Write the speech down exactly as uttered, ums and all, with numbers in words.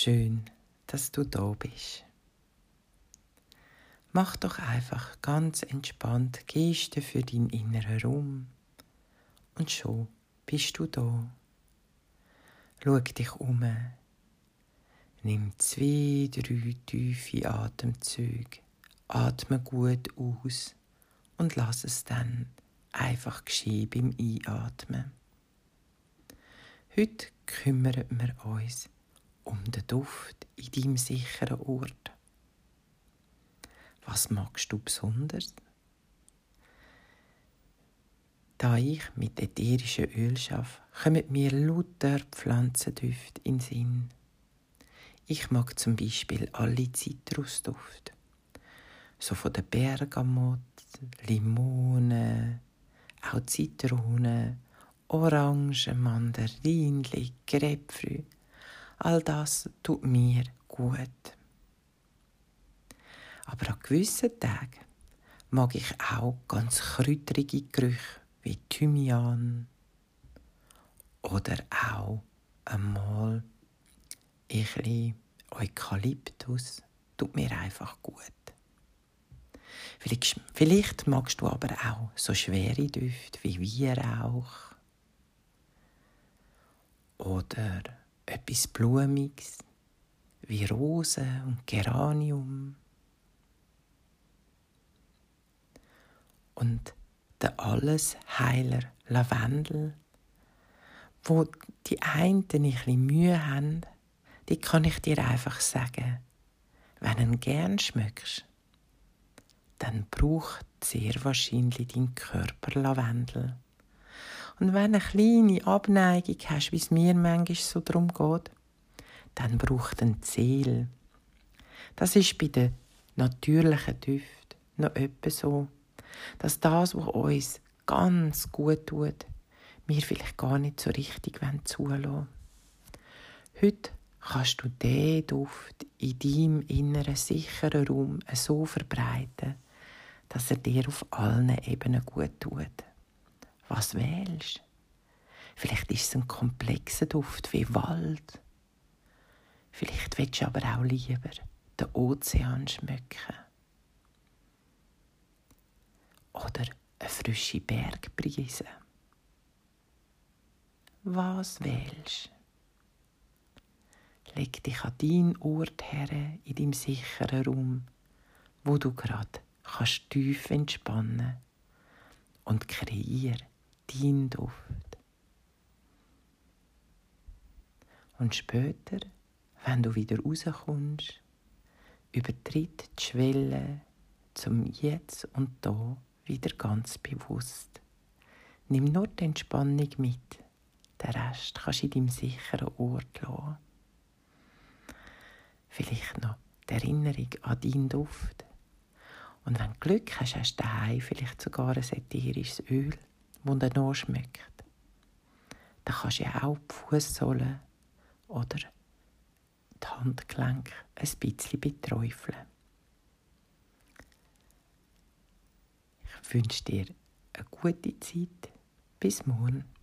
Schön, dass du da bist. Mach doch einfach ganz entspannt Gesten für deinen inneren Raum und schon bist du da. Schau dich um. Nimm zwei, drei tiefe Atemzüge. Atme gut aus und lass es dann einfach geschehen beim Einatmen. Heute kümmern wir uns um den Duft in deinem sicheren Ort. Was magst du besonders? Da ich mit ätherischen Öl arbeite, kommen mir lauter Pflanzendüfte in den Sinn. Ich mag zum Beispiel alle Zitrusdüfte. So von der Bergamott, Limone, auch Zitrone, Orangen, Mandarinli, Grapefruit. All das tut mir gut. Aber an gewissen Tagen mag ich auch ganz kräuterige Gerüche wie Thymian oder auch einmal ein bisschen Eukalyptus. Tut mir einfach gut. Vielleicht, vielleicht magst du aber auch so schwere Düfte wie Weihrauch oder etwas Blumiges wie Rosen und Geranium. Und der Allesheiler Lavendel, wo die einen ein bisschen Mühe haben, die kann ich dir einfach sagen, wenn du ihn gern schmeckst, dann braucht sehr wahrscheinlich dein Körper Lavendel. Und wenn du eine kleine Abneigung hast, wie es mir manchmal so darum geht, dann braucht ein Seele. Das ist bei den natürlichen Düften noch etwas so, dass das, was uns ganz gut tut, wir vielleicht gar nicht so richtig zulassen wollen. Heute kannst du diesen Duft in deinem inneren, sicheren Raum so verbreiten, dass er dir auf allen Ebenen gut tut. Was wählst du? Vielleicht ist es ein komplexer Duft wie Wald. Vielleicht willst du aber auch lieber den Ozean schmecken. Oder eine frische Bergbrise. Was wählst du? Leg dich an deinen Ort her, in deinem sicheren Raum, wo du gerade kannst tief entspannen und kreier deinen Duft. Und später, wenn du wieder rauskommst, übertritt die Schwelle zum Jetzt und Da wieder ganz bewusst. Nimm nur die Entspannung mit. Den Rest kannst du in deinem sicheren Ort lassen. Vielleicht noch die Erinnerung an deinen Duft. Und wenn du Glück hast, hast du daheim vielleicht sogar ein ätherisches Öl, das dir nachschmeckt. Dann kannst du ja auch die Fußsohlen oder die Handgelenke ein bisschen beträufeln. Ich wünsche dir eine gute Zeit. Bis morgen.